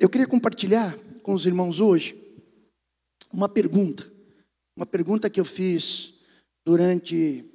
Eu queria compartilhar com os irmãos hoje uma pergunta que eu fiz durante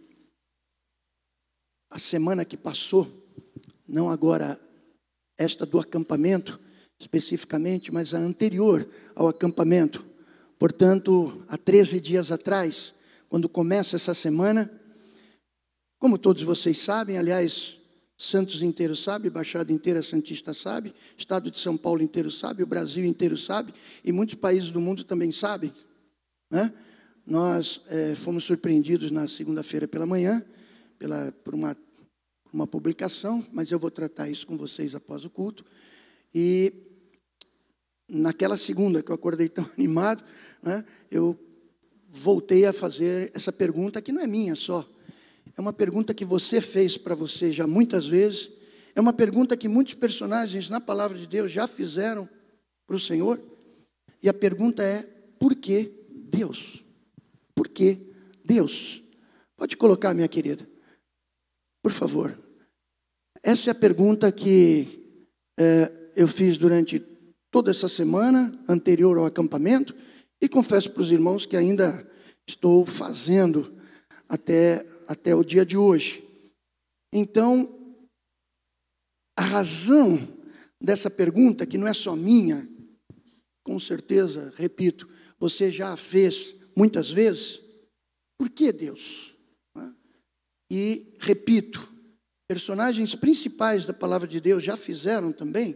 a semana que passou, não agora esta do acampamento especificamente, mas a anterior ao acampamento. Portanto, há 13 dias atrás, quando começa essa semana, como todos vocês sabem, aliás, Santos inteiro sabe, Baixada inteira Santista sabe, Estado de São Paulo inteiro sabe, o Brasil inteiro sabe, e muitos países do mundo também sabem, né? Nós fomos surpreendidos na segunda-feira pela manhã, por uma publicação, mas eu vou tratar isso com vocês após o culto. E naquela segunda que eu acordei tão animado, né, eu voltei a fazer essa pergunta, que não é minha só. É uma pergunta que você fez para você já muitas vezes. É uma pergunta que muitos personagens na palavra de Deus já fizeram para o Senhor. E a pergunta é: por que Deus? Por que Deus? Pode colocar, minha querida, por favor. Essa é a pergunta que eu fiz durante toda essa semana anterior ao acampamento. E confesso para os irmãos que ainda estou fazendo até o dia de hoje. Então, a razão dessa pergunta, que não é só minha, com certeza, repito, você já a fez muitas vezes: por que Deus? E, repito, personagens principais da palavra de Deus já fizeram também.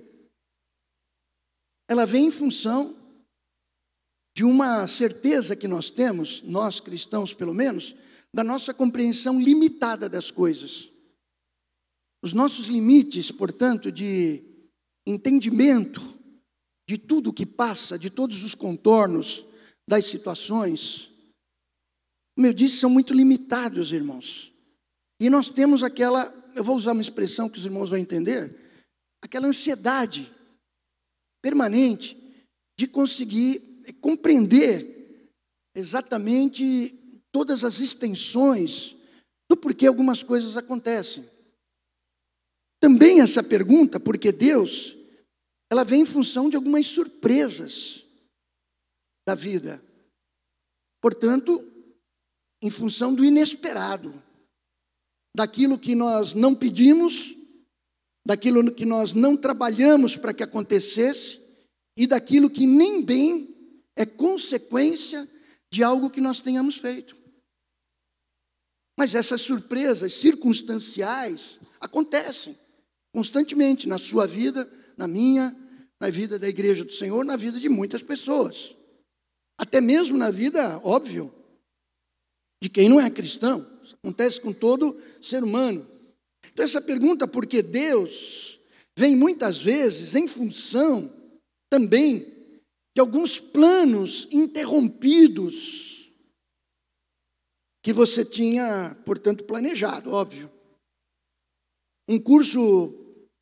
Ela vem em função de uma certeza que nós temos, nós cristãos pelo menos, da nossa compreensão limitada das coisas. Os nossos limites, portanto, de entendimento de tudo o que passa, de todos os contornos das situações, como eu disse, são muito limitados, irmãos. E nós temos aquela, eu vou usar uma expressão que os irmãos vão entender, aquela ansiedade permanente de conseguir compreender exatamente todas as extensões do porquê algumas coisas acontecem. Também essa pergunta, por que Deus, ela vem em função de algumas surpresas da vida. Portanto, em função do inesperado, daquilo que nós não pedimos, daquilo que nós não trabalhamos para que acontecesse, e daquilo que nem bem é consequência de algo que nós tenhamos feito. Mas essas surpresas circunstanciais acontecem constantemente na sua vida, na minha, na vida da igreja do Senhor, na vida de muitas pessoas. Até mesmo na vida, óbvio, de quem não é cristão. Isso acontece com todo ser humano. Então essa pergunta, por que Deus, vem muitas vezes em função também de alguns planos interrompidos que você tinha, portanto, planejado, óbvio. Um curso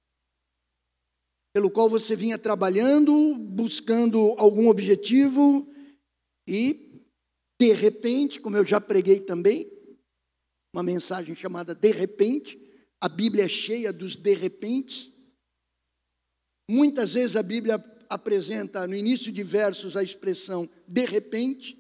pelo qual você vinha trabalhando, buscando algum objetivo e, de repente, como eu já preguei também, uma mensagem chamada De Repente, a Bíblia é cheia dos de repente. Muitas vezes a Bíblia apresenta no início de versos a expressão de repente.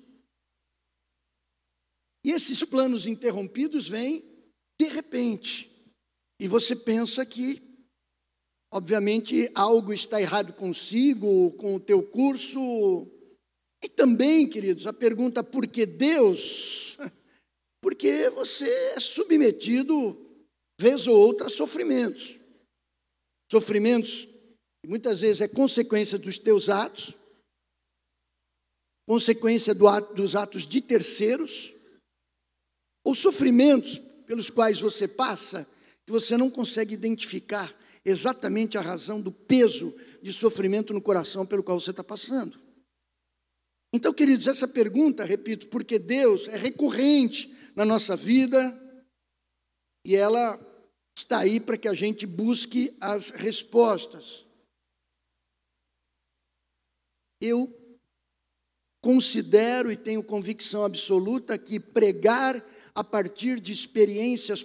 E esses planos interrompidos vêm de repente. E você pensa que, obviamente, algo está errado consigo, com o teu curso. E também, queridos, a pergunta por que Deus? Porque você é submetido, vez ou outra, a sofrimentos. Sofrimentos que muitas vezes é consequência dos teus atos, consequência dos atos de terceiros, ou sofrimentos pelos quais você passa, que você não consegue identificar exatamente a razão do peso de sofrimento no coração pelo qual você está passando. Então, queridos, essa pergunta, repito, porque Deus é recorrente na nossa vida e ela está aí para que a gente busque as respostas. Eu considero e tenho convicção absoluta que pregar a partir de experiências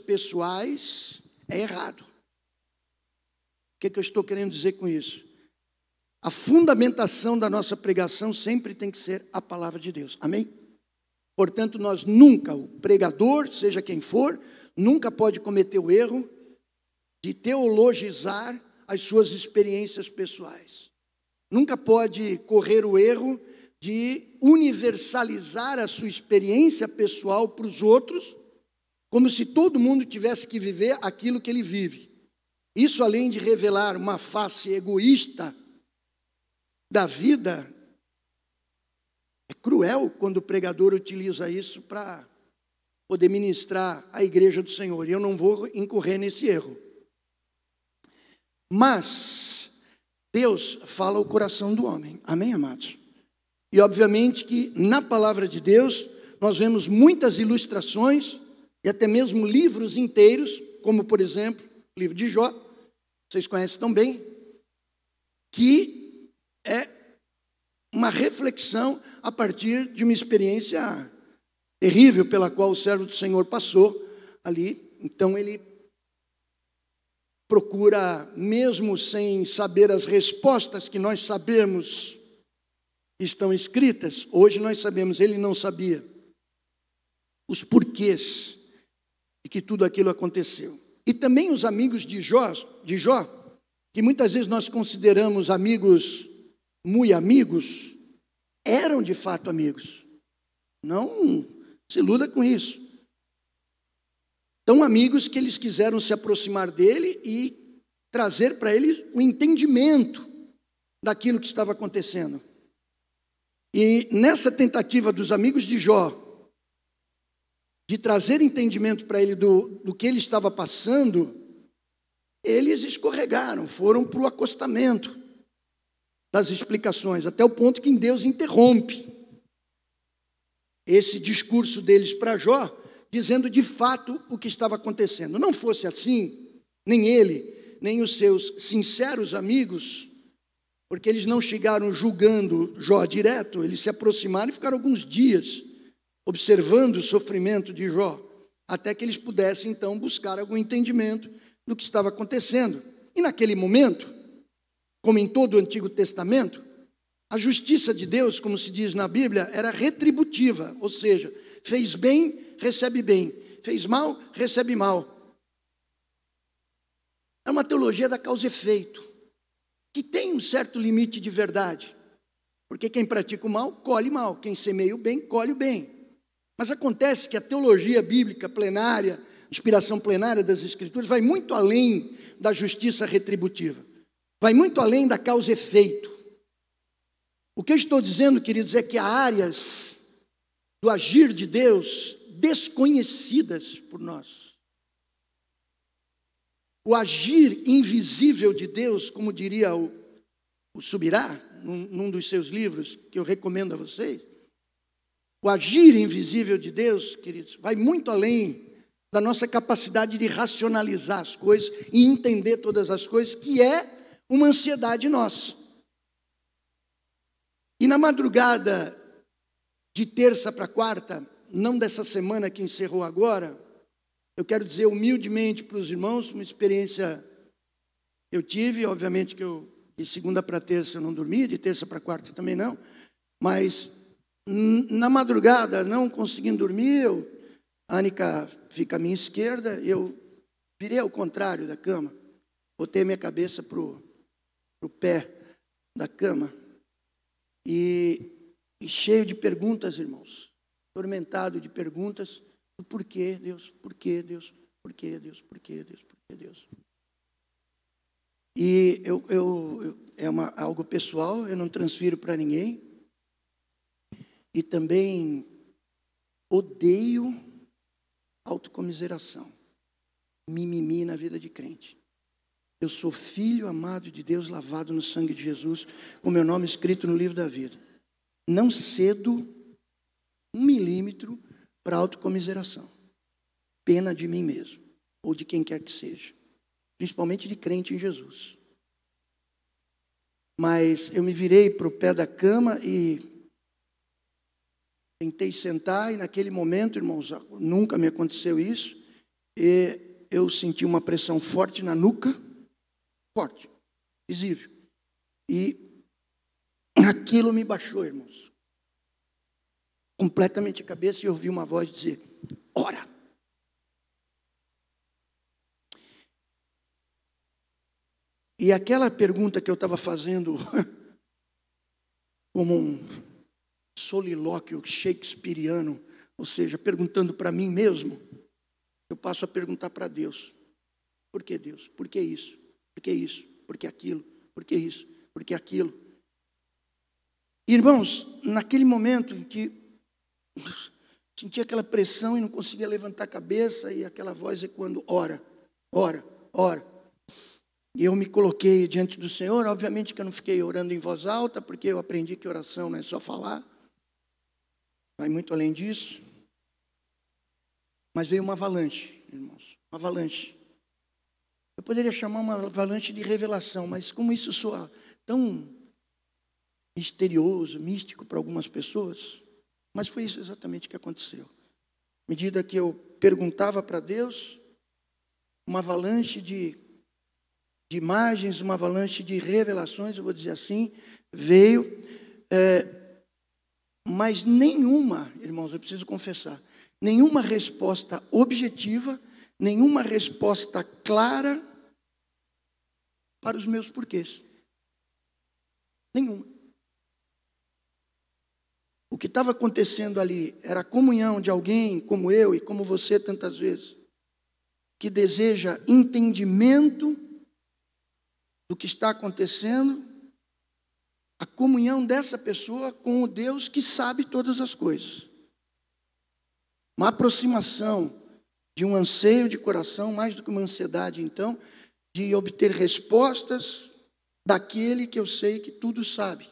pessoais é errado. O que eu estou querendo dizer com isso? a fundamentação da nossa pregação sempre tem que ser a palavra de Deus. Amém? Portanto, nós nunca, o pregador, seja quem for, nunca pode cometer o erro de teologizar as suas experiências pessoais. Nunca pode correr o erro de universalizar a sua experiência pessoal para os outros, como se todo mundo tivesse que viver aquilo que ele vive. Isso, além de revelar uma face egoísta da vida, é cruel quando o pregador utiliza isso para poder ministrar a igreja do Senhor. E eu não vou incorrer nesse erro. Mas Deus fala o coração do homem. Amém, amados? E obviamente que na palavra de Deus nós vemos muitas ilustrações e até mesmo livros inteiros, como por exemplo, o livro de Jó, vocês conhecem tão bem, que é uma reflexão a partir de uma experiência terrível pela qual o servo do Senhor passou ali. Então ele procura, mesmo sem saber as respostas que nós sabemos estão escritas, hoje nós sabemos, ele não sabia os porquês de que tudo aquilo aconteceu. E também os amigos de Jó, que muitas vezes nós consideramos amigos, muito amigos, eram de fato amigos. Não se iluda com isso. Tão amigos que eles quiseram se aproximar dele e trazer para ele o entendimento daquilo que estava acontecendo. E nessa tentativa dos amigos de Jó, de trazer entendimento para ele do que ele estava passando, eles escorregaram, foram para o acostamento das explicações, até o ponto que Deus interrompe esse discurso deles para Jó, dizendo de fato o que estava acontecendo. Não fosse assim, nem ele, nem os seus sinceros amigos, porque eles não chegaram julgando Jó direto, eles se aproximaram e ficaram alguns dias observando o sofrimento de Jó, até que eles pudessem então buscar algum entendimento do que estava acontecendo. E naquele momento, como em todo o Antigo Testamento, a justiça de Deus, como se diz na Bíblia, era retributiva, ou seja, fez bem, recebe bem, fez mal, recebe mal. É uma teologia da causa e efeito, que tem um certo limite de verdade, porque quem pratica o mal, colhe mal, quem semeia o bem, colhe o bem. Mas acontece que a teologia bíblica plenária, inspiração plenária das Escrituras, vai muito além da justiça retributiva, vai muito além da causa e efeito. O que eu estou dizendo, queridos, é que há áreas do agir de Deus desconhecidas por nós. O agir invisível de Deus, como diria o Subirá, num dos seus livros, que eu recomendo a vocês, o agir invisível de Deus, queridos, vai muito além da nossa capacidade de racionalizar as coisas e entender todas as coisas, que é uma ansiedade nossa. E na madrugada de terça para quarta, não dessa semana que encerrou agora, eu quero dizer humildemente para os irmãos, uma experiência eu tive, obviamente que de segunda para terça eu não dormi, de terça para quarta também não, mas na madrugada, não conseguindo dormir, a Anica fica à minha esquerda, eu virei ao contrário da cama, botei a minha cabeça para o pé da cama, e cheio de perguntas, irmãos, atormentado de perguntas, por que Deus, por que Deus, por que Deus, por que Deus, por que Deus? E é algo pessoal, eu não transfiro para ninguém, e também odeio autocomiseração, mimimi na vida de crente. Eu sou filho amado de Deus, lavado no sangue de Jesus, com meu nome escrito no livro da vida. Não cedo 1 milímetro para autocomiseração. Pena de mim mesmo, ou de quem quer que seja, principalmente de crente em Jesus. Mas eu me virei para o pé da cama e tentei sentar, e naquele momento, irmãos, nunca me aconteceu isso, e eu senti uma pressão forte na nuca, forte, visível, e Aquilo me baixou, irmãos. Completamente a cabeça, e eu ouvi uma voz dizer: ora. E aquela pergunta que eu estava fazendo, como um solilóquio shakespeariano, ou seja, perguntando para mim mesmo, eu passo a perguntar para Deus: por que Deus? Por que isso? Por que isso? Por que aquilo? Por que isso? Por que aquilo? Irmãos, naquele momento em que sentia aquela pressão e não conseguia levantar a cabeça, e aquela voz ecoando: ora, ora, ora. E eu me coloquei diante do Senhor. Obviamente que eu não fiquei orando em voz alta, porque eu aprendi que oração não é só falar, vai muito além disso. Mas veio uma avalanche, irmãos, uma avalanche. Eu poderia chamar uma avalanche de revelação, mas como isso soa tão misterioso, místico para algumas pessoas, mas foi isso exatamente que aconteceu. À medida que eu perguntava para Deus, uma avalanche de imagens, uma avalanche de revelações, eu vou dizer assim, veio, mas nenhuma, irmãos, eu preciso confessar, nenhuma resposta objetiva, nenhuma resposta clara para os meus porquês. Nenhuma. O que estava acontecendo ali era a comunhão de alguém como eu e como você tantas vezes, que deseja entendimento do que está acontecendo, a comunhão dessa pessoa com o Deus que sabe todas as coisas. Uma aproximação de um anseio de coração, mais do que uma ansiedade, então, de obter respostas daquele que eu sei que tudo sabe.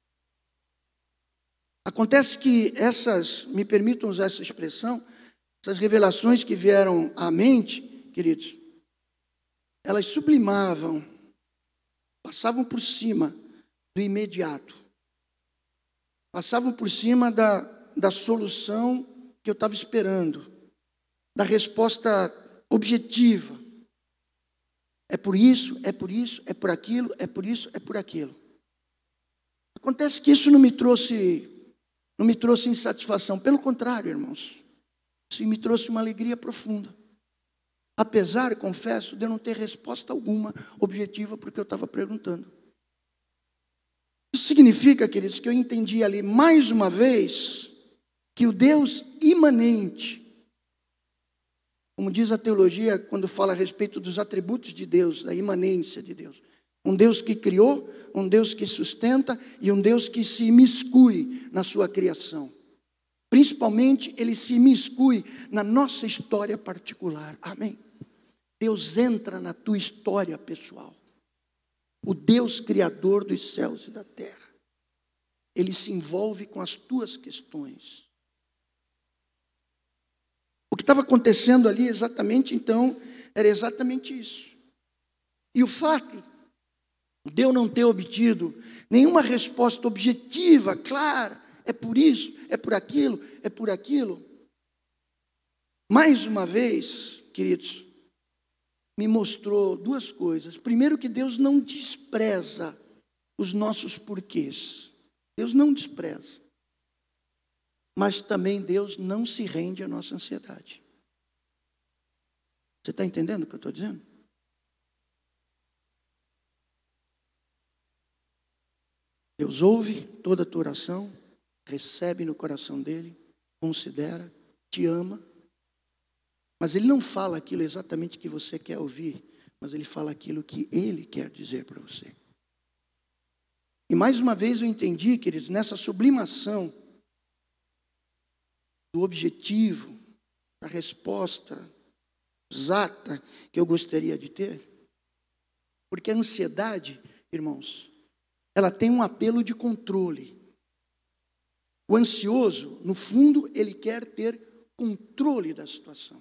Acontece que me permitam usar essa expressão, essas revelações que vieram à mente, queridos, elas sublimavam, passavam por cima do imediato, passavam por cima da solução que eu estava esperando, da resposta objetiva. É por isso, é por isso, é por aquilo, é por isso, é por aquilo. Acontece que isso não me trouxe insatisfação, pelo contrário, irmãos, isso me trouxe uma alegria profunda. Apesar, confesso, de eu não ter resposta alguma objetiva para o que eu estava perguntando. Isso significa, queridos, que eu entendi ali mais uma vez que o Deus imanente, como diz a teologia quando fala a respeito dos atributos de Deus, da imanência de Deus, um Deus que criou, um Deus que sustenta e um Deus que se imiscui na sua criação. Principalmente, Ele se imiscui na nossa história particular. Amém? Deus entra na tua história pessoal. O Deus criador dos céus e da terra. Ele se envolve com as tuas questões. O que estava acontecendo ali exatamente, então, era exatamente isso. E o fato de eu não ter obtido nenhuma resposta objetiva, clara, é por isso, é por aquilo, é por aquilo. Mais uma vez, queridos, me mostrou duas coisas. Primeiro, que Deus não despreza os nossos porquês. Deus não despreza. Mas também Deus não se rende à nossa ansiedade. Você está entendendo o que eu estou dizendo? Deus ouve toda a tua oração, recebe no coração dele, considera, te ama, mas ele não fala aquilo exatamente que você quer ouvir, mas ele fala aquilo que ele quer dizer para você. E mais uma vez eu entendi, queridos, nessa sublimação do objetivo, da resposta exata que eu gostaria de ter, porque a ansiedade, irmãos, ela tem um apelo de controle. O ansioso, no fundo, ele quer ter controle da situação.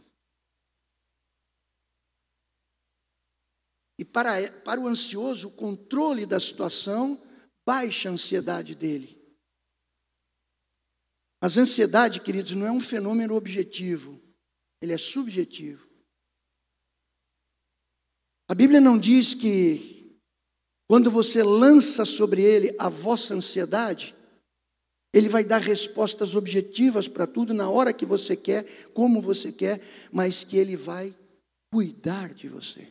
E para o ansioso, o controle da situação baixa a ansiedade dele. Mas a ansiedade, queridos, não é um fenômeno objetivo, ele é subjetivo. A Bíblia não diz que quando você lança sobre ele a vossa ansiedade, ele vai dar respostas objetivas para tudo, na hora que você quer, como você quer, mas que ele vai cuidar de você.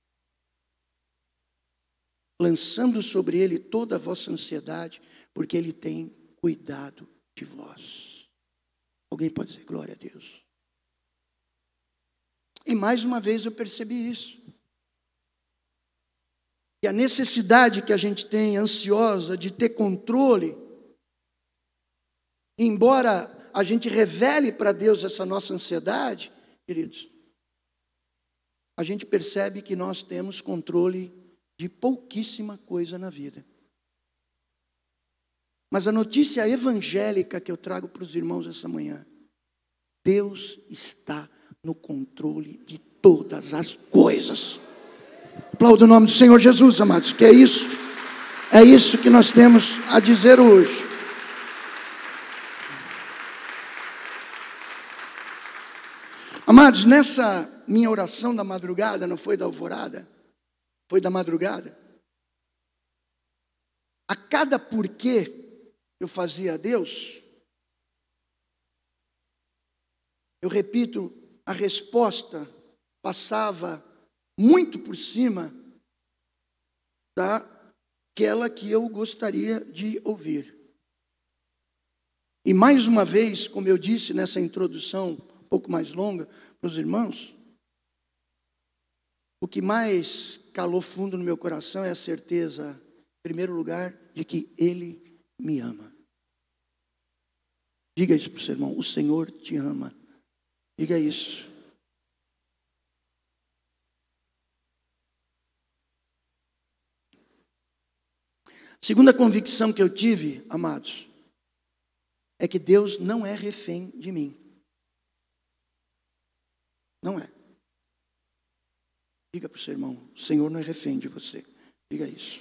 Lançando sobre ele toda a vossa ansiedade, porque ele tem cuidado de vós. Alguém pode dizer glória a Deus? E mais uma vez eu percebi isso. E a necessidade que a gente tem, ansiosa, de ter controle, embora a gente revele para Deus essa nossa ansiedade, queridos, a gente percebe que nós temos controle de pouquíssima coisa na vida. Mas a notícia evangélica que eu trago para os irmãos essa manhã, Deus está no controle de todas as coisas. Aplauda o nome do Senhor Jesus, amados, que é isso que nós temos a dizer hoje. Amados, nessa minha oração da madrugada, não foi da alvorada, foi da madrugada, a cada porquê eu fazia a Deus, eu repito, a resposta passava muito por cima daquela que eu gostaria de ouvir. E mais uma vez, como eu disse nessa introdução um pouco mais longa para os irmãos, o que mais calou fundo no meu coração é a certeza, em primeiro lugar, de que Ele me ama. Diga isso para o seu irmão, o Senhor te ama. Diga isso. Segunda convicção que eu tive, amados, é que Deus não é refém de mim. Não é. Diga para o seu irmão, o Senhor não é refém de você. Diga isso.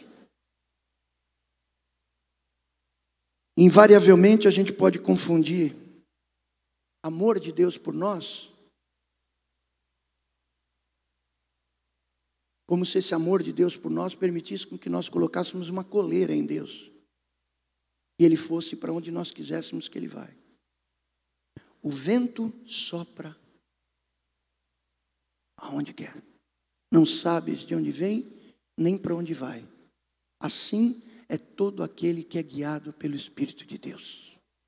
Invariavelmente a gente pode confundir amor de Deus por nós como se esse amor de Deus por nós permitisse com que nós colocássemos uma coleira em Deus e Ele fosse para onde nós quiséssemos que Ele vai. O vento sopra aonde quer. Não sabes de onde vem, nem para onde vai. Assim é todo aquele que é guiado pelo Espírito de Deus.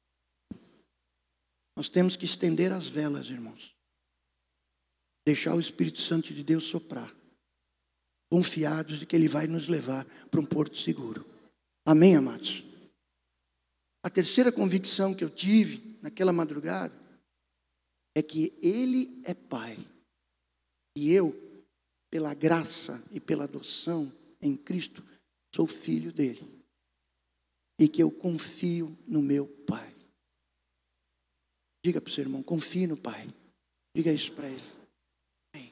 Nós temos que estender as velas, irmãos. Deixar o Espírito Santo de Deus soprar. Confiados de que Ele vai nos levar para um porto seguro. Amém, amados? A terceira convicção que eu tive naquela madrugada é que Ele é Pai. E eu, pela graça e pela adoção em Cristo, sou filho dele. E que eu confio no meu Pai. Diga para o seu irmão, confie no Pai. Diga isso para ele. Amém.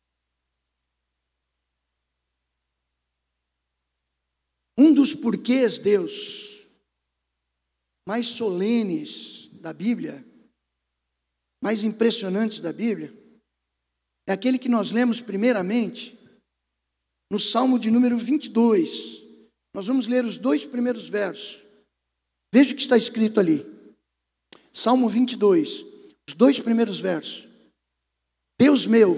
Um dos porquês, Deus, mais solenes da Bíblia, mais impressionantes da Bíblia, é aquele que nós lemos primeiramente no Salmo de número 22. Nós vamos ler os 2 primeiros versos. Veja o que está escrito ali. Salmo 22, os 2 primeiros versos. Deus meu,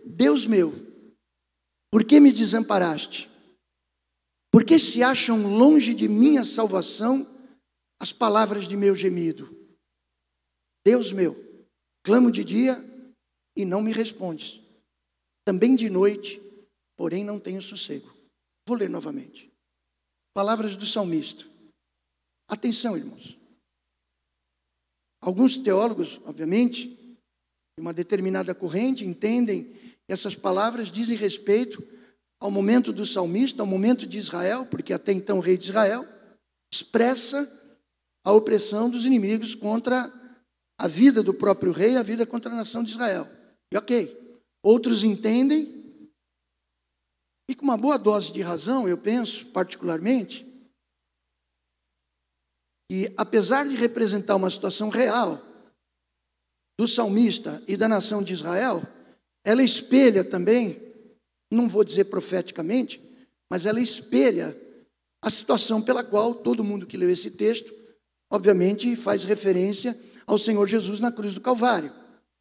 por que me desamparaste? Por que se acham longe de minha salvação as palavras de meu gemido? Deus meu, clamo de dia e não me respondes. Também de noite, porém não tenho sossego. Vou ler novamente. Palavras do salmista. Atenção, irmãos. Alguns teólogos, obviamente, de uma determinada corrente, entendem que essas palavras dizem respeito ao momento do salmista, ao momento de Israel, porque até então o rei de Israel expressa a opressão dos inimigos contra a vida do próprio rei, a vida contra a nação de Israel. E ok. Outros entendem, e com uma boa dose de razão, eu penso, particularmente, que apesar de representar uma situação real do salmista e da nação de Israel, ela espelha também, não vou dizer profeticamente, mas ela espelha a situação pela qual todo mundo que leu esse texto, obviamente, faz referência ao Senhor Jesus na cruz do Calvário.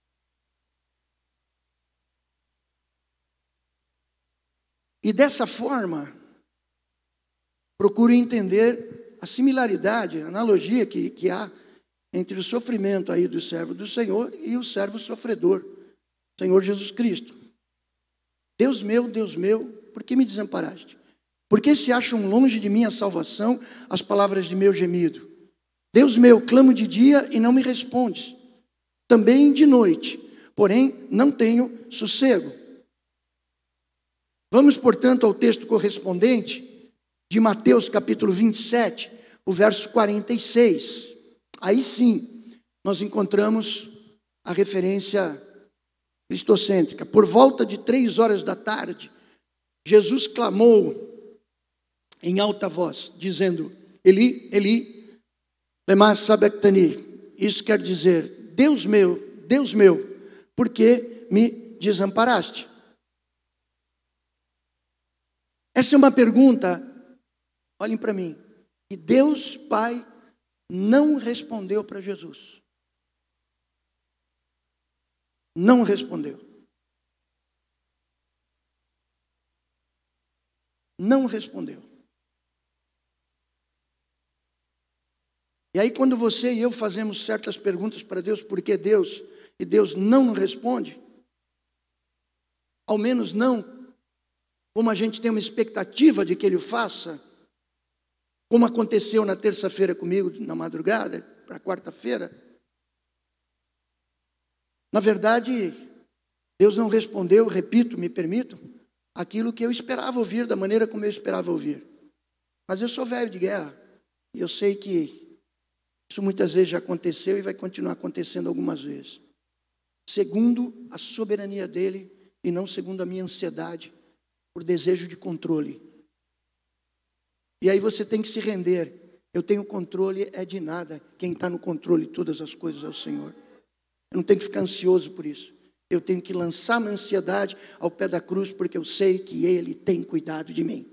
E dessa forma, procuro entender a similaridade, a analogia que há entre o sofrimento aí do servo do Senhor e o servo sofredor, Senhor Jesus Cristo. Deus meu, por que me desamparaste? Por que se acham longe de mim a salvação, as palavras de meu gemido? Deus meu, clamo de dia e não me respondes, também de noite, porém não tenho sossego. Vamos, portanto, ao texto correspondente de Mateus capítulo 27, o verso 46. Aí sim, nós encontramos a referência cristocêntrica. Por volta de 3 da tarde, Jesus clamou em alta voz, dizendo: Eli, Eli, lema sabachthani. Isso quer dizer: Deus meu, por que me desamparaste? Essa é uma pergunta, olhem para mim, que Deus Pai não respondeu para Jesus. Não respondeu. Não respondeu. E aí, quando você e eu fazemos certas perguntas para Deus, por que Deus, e Deus não nos responde, ao menos não como a gente tem uma expectativa de que Ele faça, como aconteceu na terça-feira comigo, na madrugada, para quarta-feira. Na verdade, Deus não respondeu, repito, me permito, aquilo que eu esperava ouvir, da maneira como eu esperava ouvir. Mas eu sou velho de guerra, e eu sei que isso muitas vezes já aconteceu e vai continuar acontecendo algumas vezes. Segundo a soberania dEle e não segundo a minha ansiedade, por desejo de controle. E aí você tem que se render. Eu tenho controle, é de nada. Quem está no controle de todas as coisas é o Senhor. Eu não tenho que ficar ansioso por isso. Eu tenho que lançar minha ansiedade ao pé da cruz, porque eu sei que Ele tem cuidado de mim.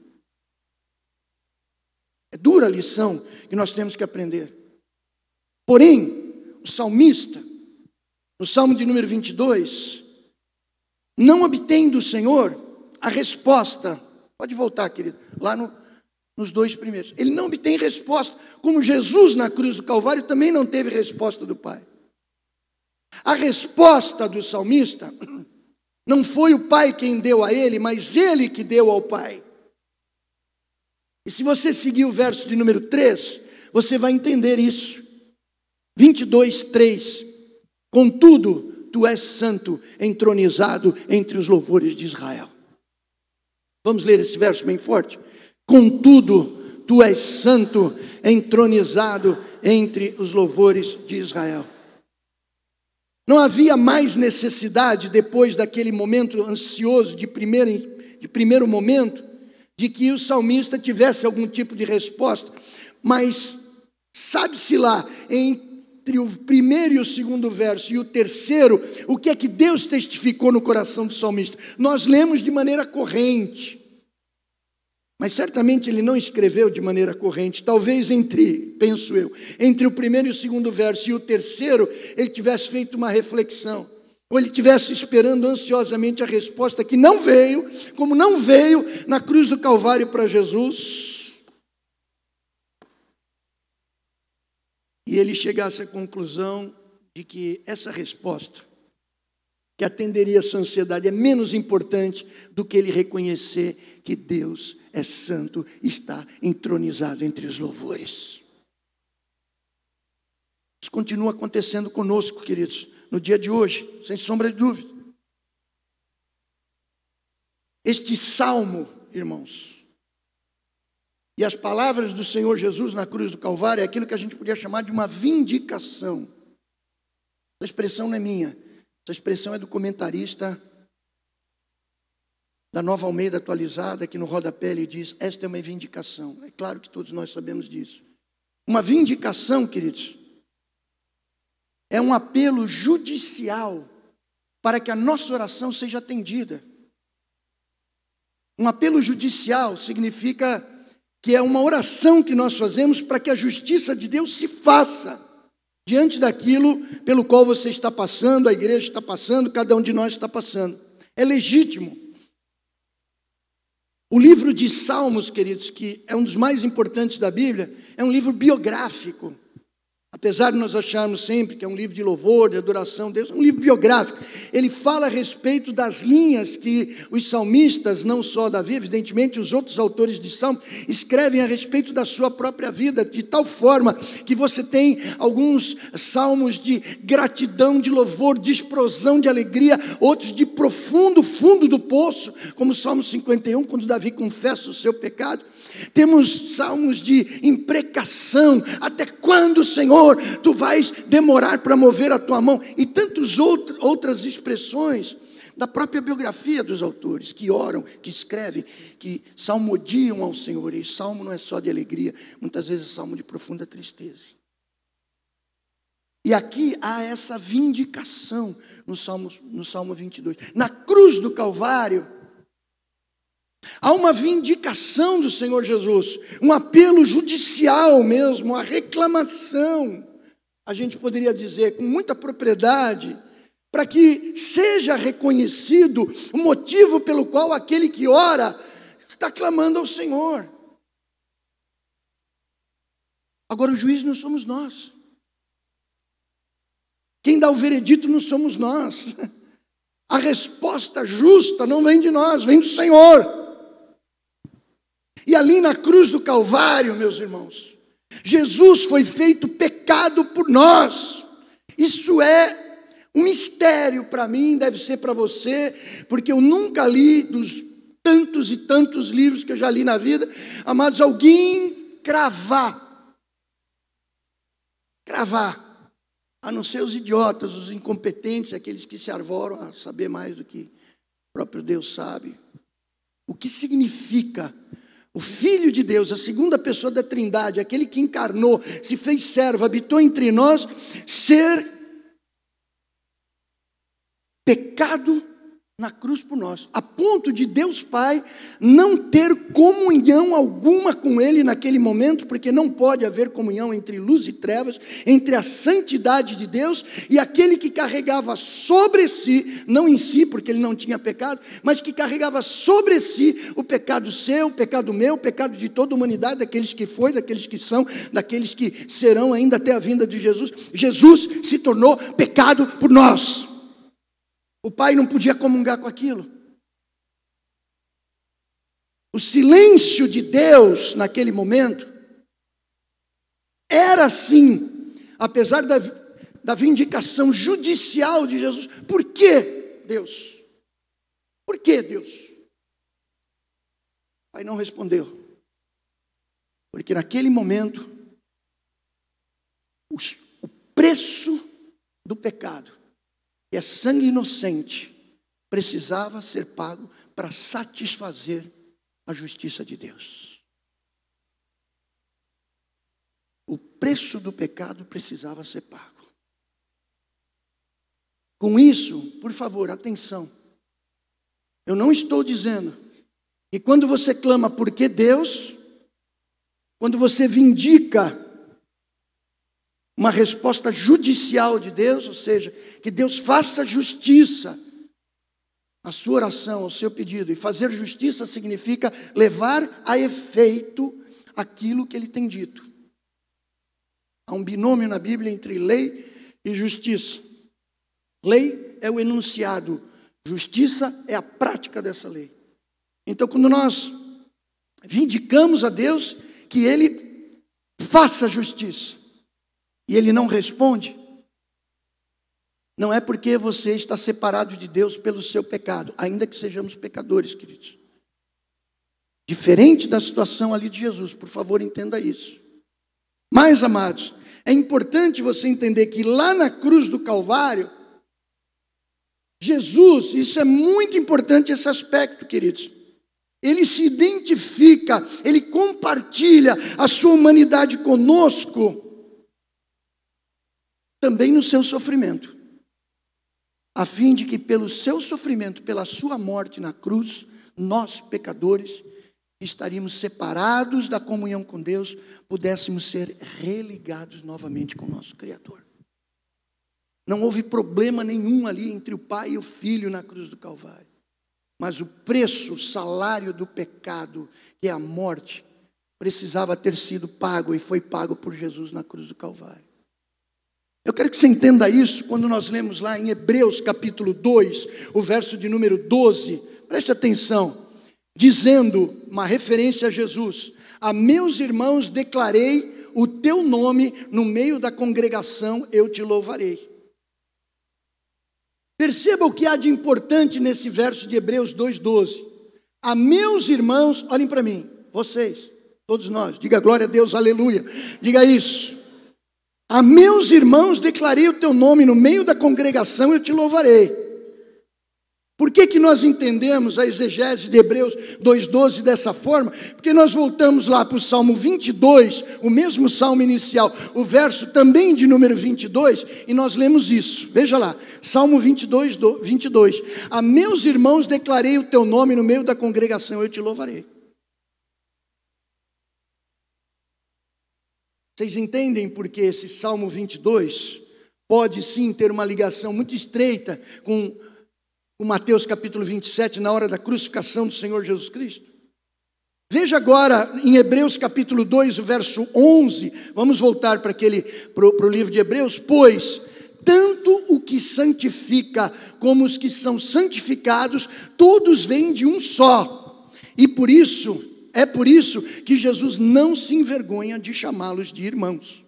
É dura a lição que nós temos que aprender. Porém, o salmista, no Salmo de número 22, não obtém do Senhor a resposta. Pode voltar, querido, lá nos 2 primeiros. Ele não obtém resposta, como Jesus na cruz do Calvário também não teve resposta do Pai. A resposta do salmista não foi o Pai quem deu a ele, mas ele que deu ao Pai. E se você seguir o verso de número 3, você vai entender isso. 22, 3. Contudo, tu és santo, entronizado entre os louvores de Israel. Vamos ler esse verso bem forte. Contudo, tu és santo, entronizado entre os louvores de Israel. Não havia mais necessidade, depois daquele momento ansioso de primeiro momento, de que o salmista tivesse algum tipo de resposta. Mas sabe-se lá, entre o primeiro e o segundo verso e o terceiro, o que é que Deus testificou no coração do salmista? Nós lemos de maneira corrente, mas certamente ele não escreveu de maneira corrente. Talvez penso eu, entre o primeiro e o segundo verso e o terceiro, ele tivesse feito uma reflexão, ou ele estivesse esperando ansiosamente a resposta que não veio, como não veio na cruz do Calvário para Jesus. E ele chegasse à conclusão de que essa resposta, que atenderia a sua ansiedade, é menos importante do que ele reconhecer que Deus é santo, está entronizado entre os louvores. Isso continua acontecendo conosco, queridos, no dia de hoje, sem sombra de dúvida. Este salmo, irmãos, e as palavras do Senhor Jesus na cruz do Calvário é aquilo que a gente podia chamar de uma vindicação. Essa expressão não é minha, essa expressão é do comentarista da Nova Almeida Atualizada, que no rodapé ele diz: esta é uma vindicação. É claro que todos nós sabemos disso. Uma vindicação, queridos, é um apelo judicial para que a nossa oração seja atendida. Um apelo judicial significa que é uma oração que nós fazemos para que a justiça de Deus se faça diante daquilo pelo qual você está passando, a igreja está passando, cada um de nós está passando. É legítimo. O livro de Salmos, queridos, que é um dos mais importantes da Bíblia, é um livro biográfico. Apesar de nós acharmos sempre que é um livro de louvor, de adoração a Deus, é um livro biográfico. Ele fala a respeito das linhas que os salmistas, não só Davi, evidentemente, os outros autores de Salmos, escrevem a respeito da sua própria vida, de tal forma que você tem alguns salmos de gratidão, de louvor, de explosão, de alegria, outros de profundo fundo do poço, como o Salmo 51, quando Davi confessa o seu pecado. Temos salmos de imprecação. Até quando, Senhor, tu vais demorar para mover a tua mão? E tantas outras expressões da própria biografia dos autores, que oram, que escrevem, que salmodiam ao Senhor. E salmo não é só de alegria, muitas vezes é salmo de profunda tristeza. E aqui há essa vindicação no Salmo 22. Na cruz do Calvário, há uma vindicação do Senhor Jesus, um apelo judicial mesmo, uma reclamação, a gente poderia dizer com muita propriedade, para que seja reconhecido o motivo pelo qual aquele que ora está clamando ao Senhor. Agora o juiz não somos nós. Quem dá o veredito não somos nós. A resposta justa não vem de nós, vem do Senhor. E ali na cruz do Calvário, meus irmãos, Jesus foi feito pecado por nós. Isso é um mistério para mim, deve ser para você, porque eu nunca li, dos tantos e tantos livros que eu já li na vida, amados, alguém cravar, a não ser os idiotas, os incompetentes, aqueles que se arvoram a saber mais do que o próprio Deus sabe. O que significa o Filho de Deus, a segunda pessoa da Trindade, aquele que encarnou, se fez servo, habitou entre nós, ser pecado na cruz por nós, a ponto de Deus Pai não ter comunhão alguma com Ele naquele momento, porque não pode haver comunhão entre luz e trevas, entre a santidade de Deus e aquele que carregava sobre si, não em si, porque ele não tinha pecado, mas que carregava sobre si o pecado seu, o pecado meu, o pecado de toda a humanidade, daqueles que foi, daqueles que são, daqueles que serão ainda até a vinda de Jesus. Jesus se tornou pecado por nós. O pai não podia comungar com aquilo. O silêncio de Deus naquele momento era assim, apesar da vindicação judicial de Jesus. Por que Deus? Por que Deus? O pai não respondeu. Porque naquele momento, o preço do pecado, que é sangue inocente, precisava ser pago para satisfazer a justiça de Deus. O preço do pecado precisava ser pago. Com isso, por favor, atenção. Eu não estou dizendo que quando você clama por que Deus, quando você vindica uma resposta judicial de Deus, ou seja, que Deus faça justiça à sua oração, ao seu pedido. E fazer justiça significa levar a efeito aquilo que Ele tem dito. Há um binômio na Bíblia entre lei e justiça. Lei é o enunciado, justiça é a prática dessa lei. Então, quando nós vindicamos a Deus que Ele faça justiça, e Ele não responde, não é porque você está separado de Deus pelo seu pecado, ainda que sejamos pecadores, queridos. Diferente da situação ali de Jesus, por favor, entenda isso. Mas, amados, é importante você entender que lá na cruz do Calvário, Jesus, isso é muito importante esse aspecto, queridos. Ele se identifica, Ele compartilha a sua humanidade conosco, também no seu sofrimento, a fim de que pelo seu sofrimento, pela sua morte na cruz, nós, pecadores, estaríamos separados da comunhão com Deus, pudéssemos ser religados novamente com o nosso Criador. Não houve problema nenhum ali entre o Pai e o Filho na cruz do Calvário. Mas o preço, o salário do pecado, que é a morte, precisava ter sido pago e foi pago por Jesus na cruz do Calvário. Eu quero que você entenda isso quando nós lemos lá em Hebreus capítulo 2, o verso de número 12. Preste atenção, dizendo, uma referência a Jesus: a meus irmãos declarei o teu nome no meio da congregação, eu te louvarei. Perceba o que há de importante nesse verso de Hebreus 2,12. A meus irmãos, olhem para mim, vocês, todos nós, diga glória a Deus, aleluia, diga isso. A meus irmãos declarei o teu nome no meio da congregação, eu te louvarei. Por que nós entendemos a exegese de Hebreus 2,12 dessa forma? Porque nós voltamos lá para o Salmo 22, o mesmo Salmo inicial, o verso também de número 22, e nós lemos isso. Veja lá, Salmo 22. A meus irmãos declarei o teu nome no meio da congregação, eu te louvarei. Vocês entendem porque esse Salmo 22 pode sim ter uma ligação muito estreita com o Mateus capítulo 27, na hora da crucificação do Senhor Jesus Cristo? Veja agora em Hebreus capítulo 2, o verso 11, vamos voltar para o livro de Hebreus. Pois tanto o que santifica como os que são santificados, todos vêm de um só, e por isso que Jesus não se envergonha de chamá-los de irmãos.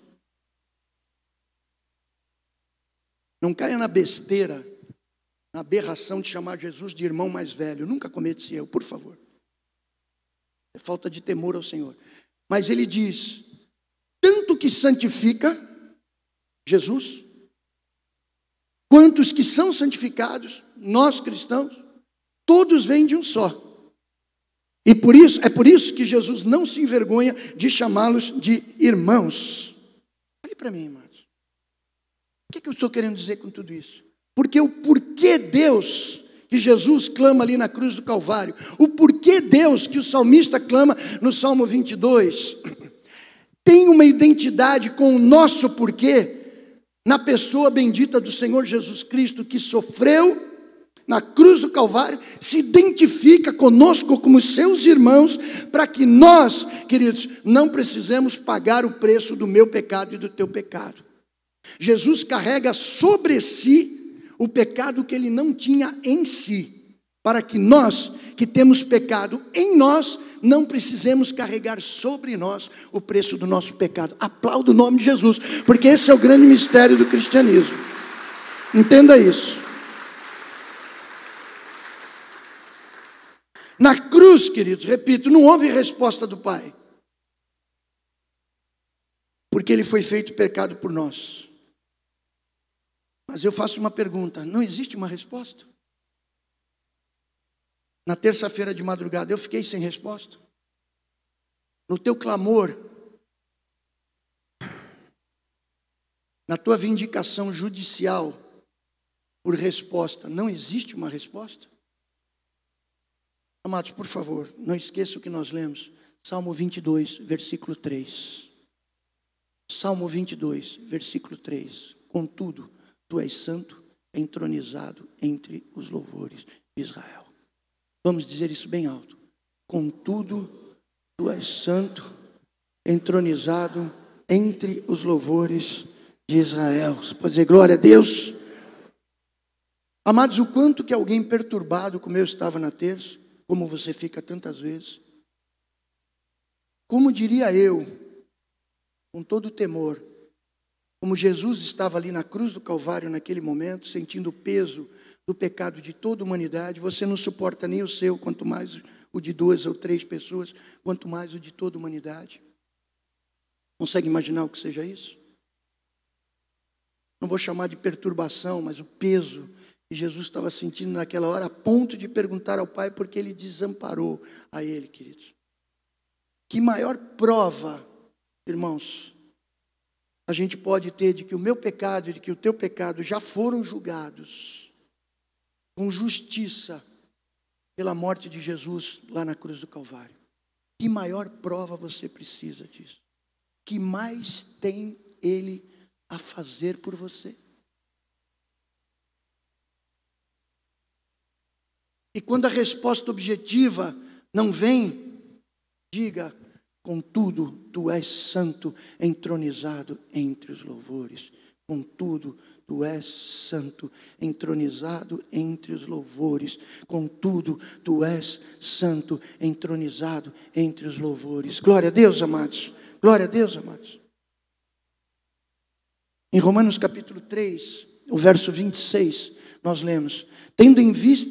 Não caia na besteira, na aberração de chamar Jesus de irmão mais velho. Nunca cometa esse erro, por favor. É falta de temor ao Senhor. Mas ele diz, tanto que santifica Jesus, quantos que são santificados, nós cristãos, todos vêm de um só. E é por isso que Jesus não se envergonha de chamá-los de irmãos. Olhe para mim, irmãos. O que eu estou querendo dizer com tudo isso? Porque o porquê Deus que Jesus clama ali na cruz do Calvário, o porquê Deus que o salmista clama no Salmo 22, tem uma identidade com o nosso porquê na pessoa bendita do Senhor Jesus Cristo, que sofreu na cruz do Calvário, se identifica conosco como seus irmãos, para que nós, queridos, não precisemos pagar o preço do meu pecado e do teu pecado. Jesus carrega sobre si o pecado que ele não tinha em si, para que nós, que temos pecado em nós, não precisemos carregar sobre nós o preço do nosso pecado. Aplauda o nome de Jesus, porque esse é o grande mistério do cristianismo. Entenda isso. Na cruz, queridos, repito, não houve resposta do Pai, porque ele foi feito pecado por nós. Mas eu faço uma pergunta, não existe uma resposta? Na terça-feira de madrugada eu fiquei sem resposta. No teu clamor, na tua vindicação judicial por resposta, não existe uma resposta? Amados, por favor, não esqueça o que nós lemos. Salmo 22, versículo 3. Salmo 22, versículo 3. Contudo, tu és santo, entronizado entre os louvores de Israel. Vamos dizer isso bem alto. Contudo, tu és santo, entronizado entre os louvores de Israel. Você pode dizer glória a Deus? Amados, o quanto que alguém perturbado, como eu estava na terça, como você fica tantas vezes, como diria eu, com todo o temor, como Jesus estava ali na cruz do Calvário naquele momento, sentindo o peso do pecado de toda a humanidade, você não suporta nem o seu, quanto mais o de 2 ou 3 pessoas, quanto mais o de toda a humanidade. Consegue imaginar o que seja isso? Não vou chamar de perturbação, mas o peso que Jesus estava sentindo naquela hora, a ponto de perguntar ao Pai porque ele desamparou a ele, queridos. Que maior prova, irmãos, a gente pode ter de que o meu pecado e de que o teu pecado já foram julgados com justiça pela morte de Jesus lá na cruz do Calvário. Que maior prova você precisa disso? Que mais tem Ele a fazer por você? E quando a resposta objetiva não vem, diga: contudo, tu és santo, entronizado entre os louvores. Contudo, tu és santo, entronizado entre os louvores. Contudo, tu és santo, entronizado entre os louvores. Glória a Deus, amados. Glória a Deus, amados. Em Romanos capítulo 3, o verso 26, nós lemos: tendo em vista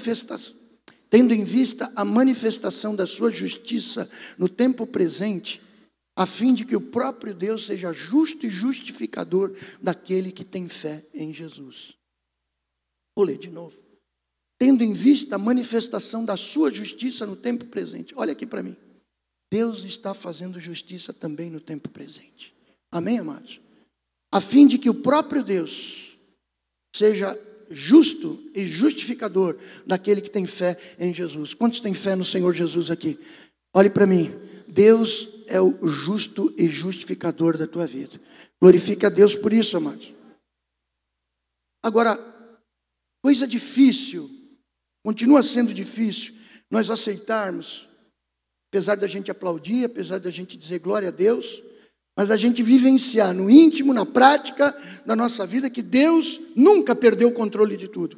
a manifestação da sua justiça no tempo presente, a fim de que o próprio Deus seja justo e justificador daquele que tem fé em Jesus. Vou ler de novo. Tendo em vista a manifestação da sua justiça no tempo presente. Olha aqui para mim. Deus está fazendo justiça também no tempo presente. Amém, amados? A fim de que o próprio Deus seja justo e justificador daquele que tem fé em Jesus. Quantos têm fé no Senhor Jesus aqui? Olhe para mim. Deus é o justo e justificador da tua vida. Glorifique a Deus por isso, amados. Agora, coisa difícil, continua sendo difícil nós aceitarmos, apesar da gente aplaudir, apesar da gente dizer glória a Deus, mas a gente vivenciar no íntimo, na prática da nossa vida, que Deus nunca perdeu o controle de tudo.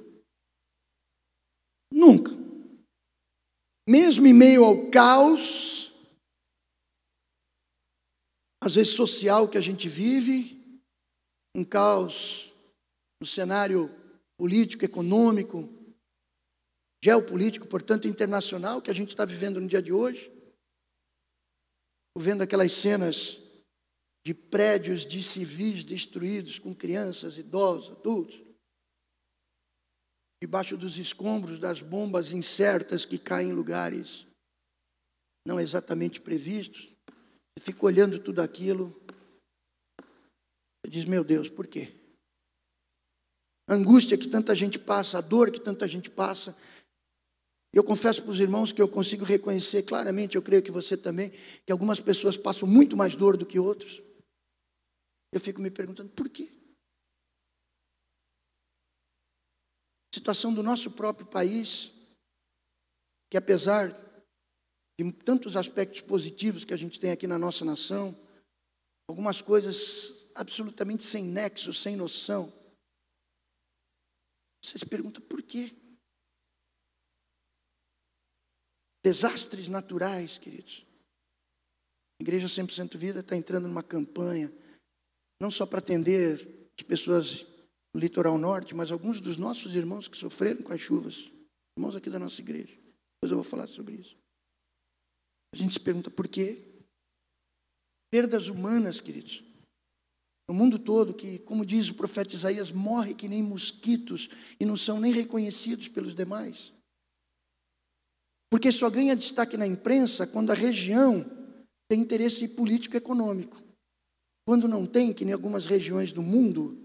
Nunca. Mesmo em meio ao caos, às vezes social que a gente vive, um caos no cenário político, econômico, geopolítico, portanto internacional, que a gente está vivendo no dia de hoje. Estou vendo aquelas cenas de prédios de civis destruídos, com crianças, idosos, adultos, debaixo dos escombros das bombas incertas que caem em lugares não exatamente previstos. Você fica olhando tudo aquilo, você diz: meu Deus, por quê? A angústia que tanta gente passa, a dor que tanta gente passa. Eu confesso para os irmãos que eu consigo reconhecer claramente, eu creio que você também, que algumas pessoas passam muito mais dor do que outros. Eu fico me perguntando, por quê? Situação do nosso próprio país, que apesar de tantos aspectos positivos que a gente tem aqui na nossa nação, algumas coisas absolutamente sem nexo, sem noção. Você se pergunta, por quê? Desastres naturais, queridos. A Igreja 100% Vida está entrando numa campanha, não só para atender as pessoas no litoral norte, mas alguns dos nossos irmãos que sofreram com as chuvas, irmãos aqui da nossa igreja. Depois eu vou falar sobre isso. A gente se pergunta por quê? Perdas humanas, queridos. No mundo todo, que, como diz o profeta Isaías, morre que nem mosquitos e não são nem reconhecidos pelos demais. Porque só ganha destaque na imprensa quando a região tem interesse político-econômico. Quando não tem, que nem algumas regiões do mundo,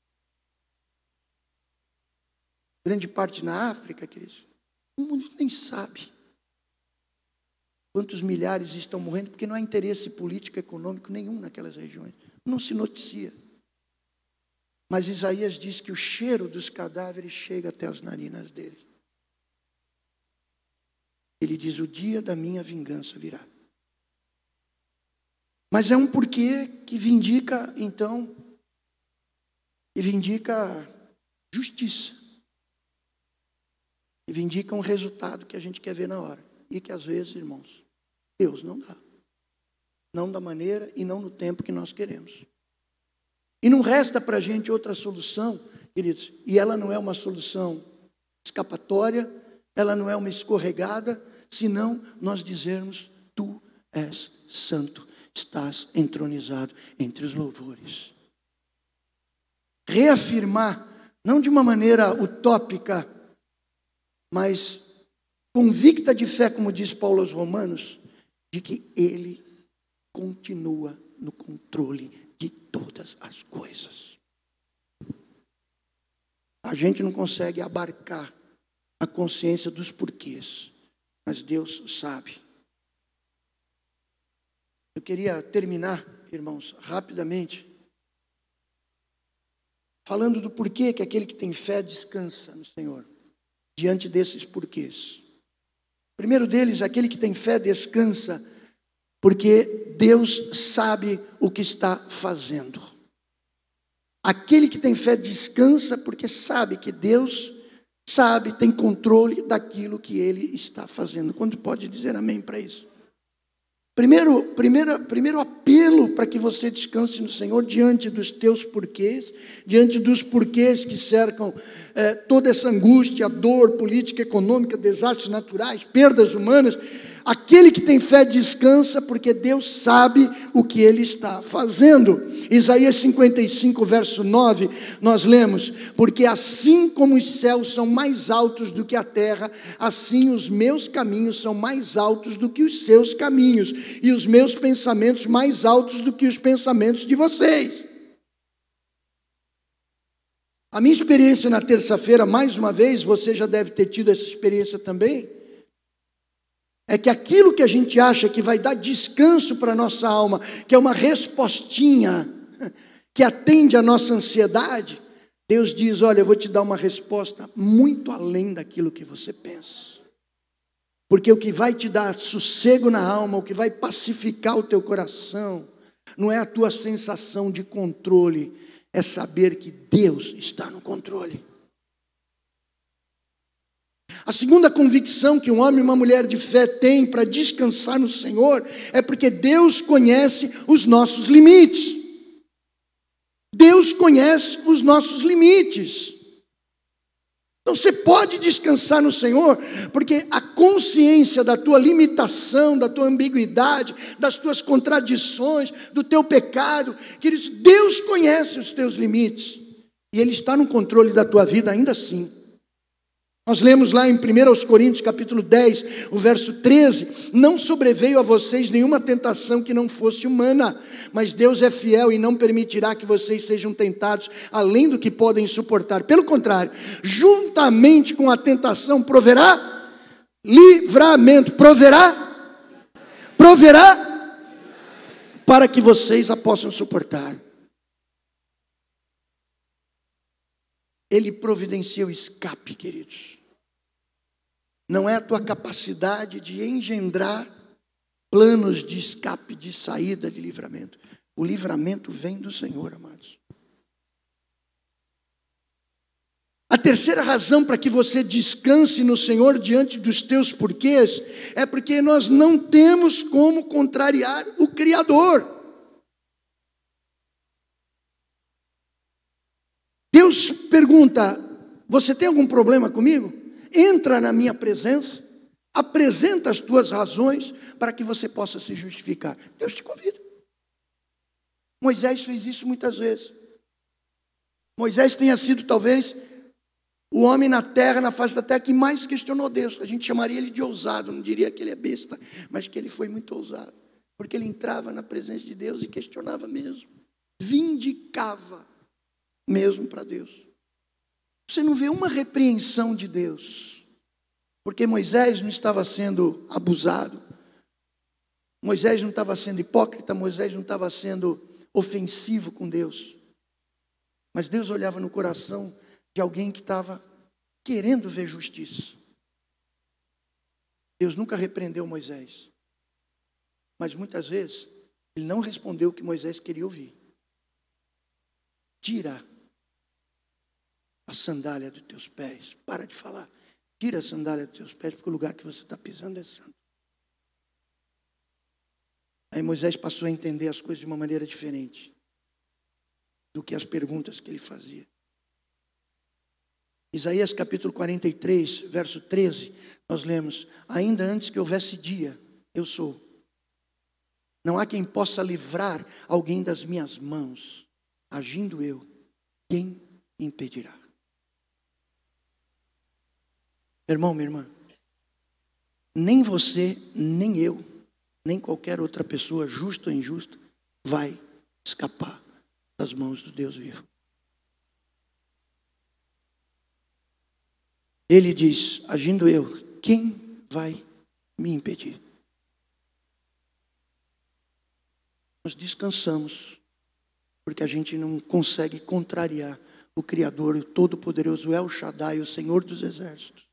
grande parte na África, queridos, o mundo nem sabe quantos milhares estão morrendo, porque não há interesse político-econômico nenhum naquelas regiões. Não se noticia. Mas Isaías diz que o cheiro dos cadáveres chega até as narinas dele. Ele diz: o dia da minha vingança virá. Mas é um porquê que vindica, então, e vindica justiça. E vindica um resultado que a gente quer ver na hora. E que às vezes, irmãos, Deus não dá. Não da maneira e não no tempo que nós queremos. E não resta para a gente outra solução, queridos, e ela não é uma solução escapatória, ela não é uma escorregada, senão nós dizermos: tu és santo, estás entronizado entre os louvores. Reafirmar, não de uma maneira utópica, mas convicta de fé, como diz Paulo aos Romanos, de que Ele continua no controle de todas as coisas. A gente não consegue abarcar a consciência dos porquês, mas Deus sabe. Eu queria terminar, irmãos, rapidamente, falando do porquê que aquele que tem fé descansa no Senhor, diante desses porquês. O primeiro deles, aquele que tem fé descansa, porque Deus sabe o que está fazendo. Aquele que tem fé descansa, porque sabe que Deus sabe, tem controle daquilo que Ele está fazendo. Quando pode dizer amém para isso? Primeiro apelo para que você descanse no Senhor diante dos teus porquês, diante dos porquês que cercam toda essa angústia, dor, política, econômica, desastres naturais, perdas humanas. Aquele que tem fé descansa porque Deus sabe o que Ele está fazendo. Isaías 55, verso 9, nós lemos: porque assim como os céus são mais altos do que a terra, assim os meus caminhos são mais altos do que os seus caminhos, e os meus pensamentos mais altos do que os pensamentos de vocês. A minha experiência na terça-feira, mais uma vez, você já deve ter tido essa experiência também, é que aquilo que a gente acha que vai dar descanso para a nossa alma, que é uma respostinha que atende à nossa ansiedade, Deus diz: olha, eu vou te dar uma resposta muito além daquilo que você pensa. Porque o que vai te dar sossego na alma, o que vai pacificar o teu coração, não é a tua sensação de controle, é saber que Deus está no controle. A segunda convicção que um homem e uma mulher de fé têm para descansar no Senhor é porque Deus conhece os nossos limites. Deus conhece os nossos limites. Então você pode descansar no Senhor, porque a consciência da tua limitação, da tua ambiguidade, das tuas contradições, do teu pecado, queridos, Deus conhece os teus limites, e Ele está no controle da tua vida ainda assim. Nós lemos lá em 1 Coríntios capítulo 10, o verso 13: não sobreveio a vocês nenhuma tentação que não fosse humana, mas Deus é fiel e não permitirá que vocês sejam tentados além do que podem suportar. Pelo contrário, juntamente com a tentação proverá livramento. Proverá para que vocês a possam suportar. Ele providencia o escape, queridos. Não é a tua capacidade de engendrar planos de escape, de saída, de livramento. O livramento vem do Senhor, amados. A terceira razão para que você descanse no Senhor diante dos teus porquês é porque nós não temos como contrariar o Criador. Deus pergunta: você tem algum problema comigo? Entra na minha presença, apresenta as tuas razões para que você possa se justificar. Deus te convida. Moisés fez isso muitas vezes. Moisés tenha sido talvez o homem na terra, na face da terra, que mais questionou Deus. A gente chamaria ele de ousado, não diria que ele é besta, mas que ele foi muito ousado. Porque ele entrava na presença de Deus e questionava mesmo. Vindicava mesmo para Deus. Você não vê uma repreensão de Deus, porque Moisés não estava sendo abusado, Moisés não estava sendo hipócrita, Moisés não estava sendo ofensivo com Deus, mas Deus olhava no coração de alguém que estava querendo ver justiça. Deus nunca repreendeu Moisés, mas muitas vezes ele não respondeu o que Moisés queria ouvir. Tira a sandália dos teus pés. Para de falar. Tira a sandália dos teus pés, porque o lugar que você está pisando é santo. Aí Moisés passou a entender as coisas de uma maneira diferente do que as perguntas que ele fazia. Isaías capítulo 43, verso 13, nós lemos: ainda antes que houvesse dia, eu sou. Não há quem possa livrar alguém das minhas mãos. Agindo eu, quem impedirá? Irmão, minha irmã, nem você, nem eu, nem qualquer outra pessoa, justa ou injusta, vai escapar das mãos do Deus vivo. Ele diz: agindo eu, quem vai me impedir? nós descansamos, porque a gente não consegue contrariar o Criador, o Todo-Poderoso, o El Shaddai, o Senhor dos Exércitos.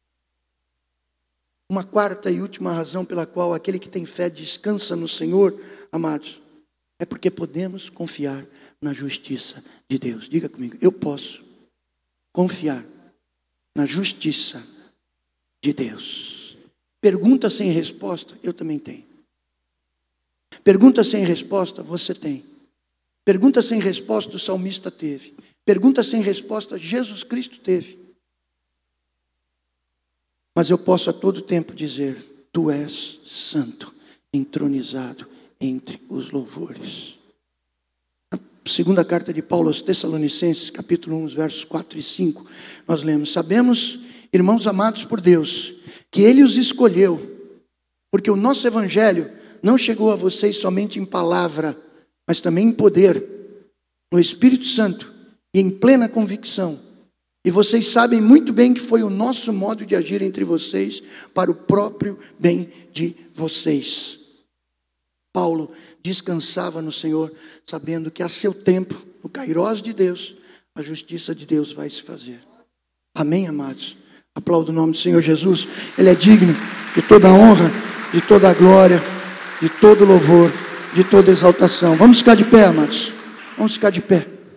Uma quarta e última razão pela qual aquele que tem fé descansa no Senhor, amados, é porque podemos confiar na justiça de Deus. Diga comigo, eu posso confiar na justiça de Deus. Pergunta sem resposta, eu também tenho. Pergunta sem resposta, você tem. Pergunta sem resposta, o salmista teve. Pergunta sem resposta, Jesus Cristo teve. Mas eu posso a todo tempo dizer, tu és santo, entronizado entre os louvores. Na segunda carta de Paulo aos Tessalonicenses, capítulo 1, versos 4 e 5, nós lemos, sabemos, irmãos amados por Deus, que Ele os escolheu, porque o nosso evangelho não chegou a vocês somente em palavra, mas também em poder, no Espírito Santo e em plena convicção. E vocês sabem muito bem que foi o nosso modo de agir entre vocês para o próprio bem de vocês. Paulo descansava no Senhor, sabendo que a seu tempo, no Kairós de Deus, a justiça de Deus vai se fazer. Amém, amados? Aplaudo o nome do Senhor Jesus. Ele é digno de toda a honra, de toda a glória, de todo louvor, de toda exaltação. Vamos ficar de pé, amados. Vamos ficar de pé.